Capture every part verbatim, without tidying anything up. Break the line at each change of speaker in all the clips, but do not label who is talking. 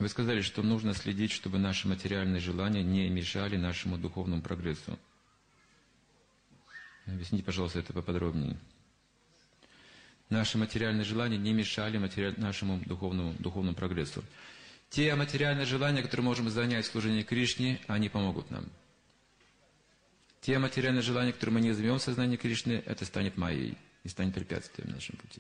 Вы сказали, что нужно следить, чтобы наши материальные желания не мешали нашему духовному прогрессу. Объясните, пожалуйста, это поподробнее. Наши материальные желания не мешали матери... нашему духовному, духовному прогрессу. Те материальные желания, которые можем занять в служении Кришне, они помогут нам. Те материальные желания, которые мы не займем в сознании Кришны, это станет майей и станет препятствием на нашем пути.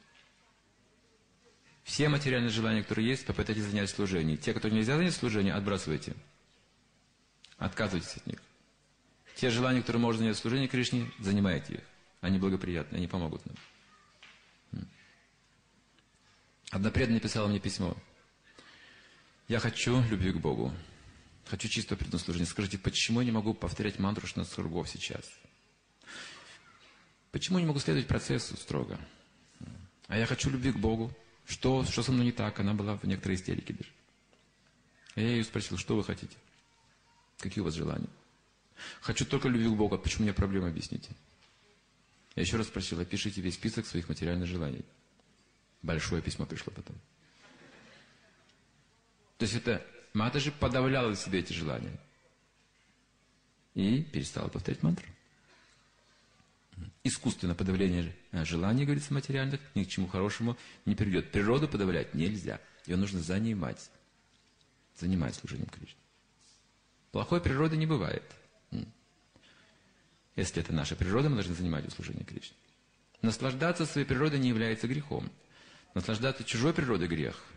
Все материальные желания, которые есть, попытайтесь занять в служении. Те, которые нельзя занять в служении, отбрасывайте. Отказывайтесь от них. Те желания, которые можно занять в служении Кришне, занимайте их. Они благоприятны, они помогут нам. Одна преданная написала мне письмо. Я хочу любви к Богу. Хочу чистого преданного служения. Скажите, почему я не могу повторять мантру Шнатскургов сейчас? Почему я не могу следовать процессу строго? А я хочу любви к Богу. Что, что со мной не так? Она была в некоторой истерике даже. А я ее спросил, что вы хотите? Какие у вас желания? Хочу только любви к Богу. А почему у меня проблемы, объясните? Я еще раз спросил, опишите весь список своих материальных желаний. Большое письмо пришло потом. То есть это Матаджи подавляла в себе эти желания. И перестала повторять мантру. Искусственно подавление желаний, говорится, материальных, ни к чему хорошему не приведет. Природу подавлять нельзя. Ее нужно занимать. Занимать служением Кришне. Плохой природы не бывает. Если это наша природа, мы должны занимать ее служение Кришне. Наслаждаться своей природой не является грехом. Наслаждаться чужой природой — грех.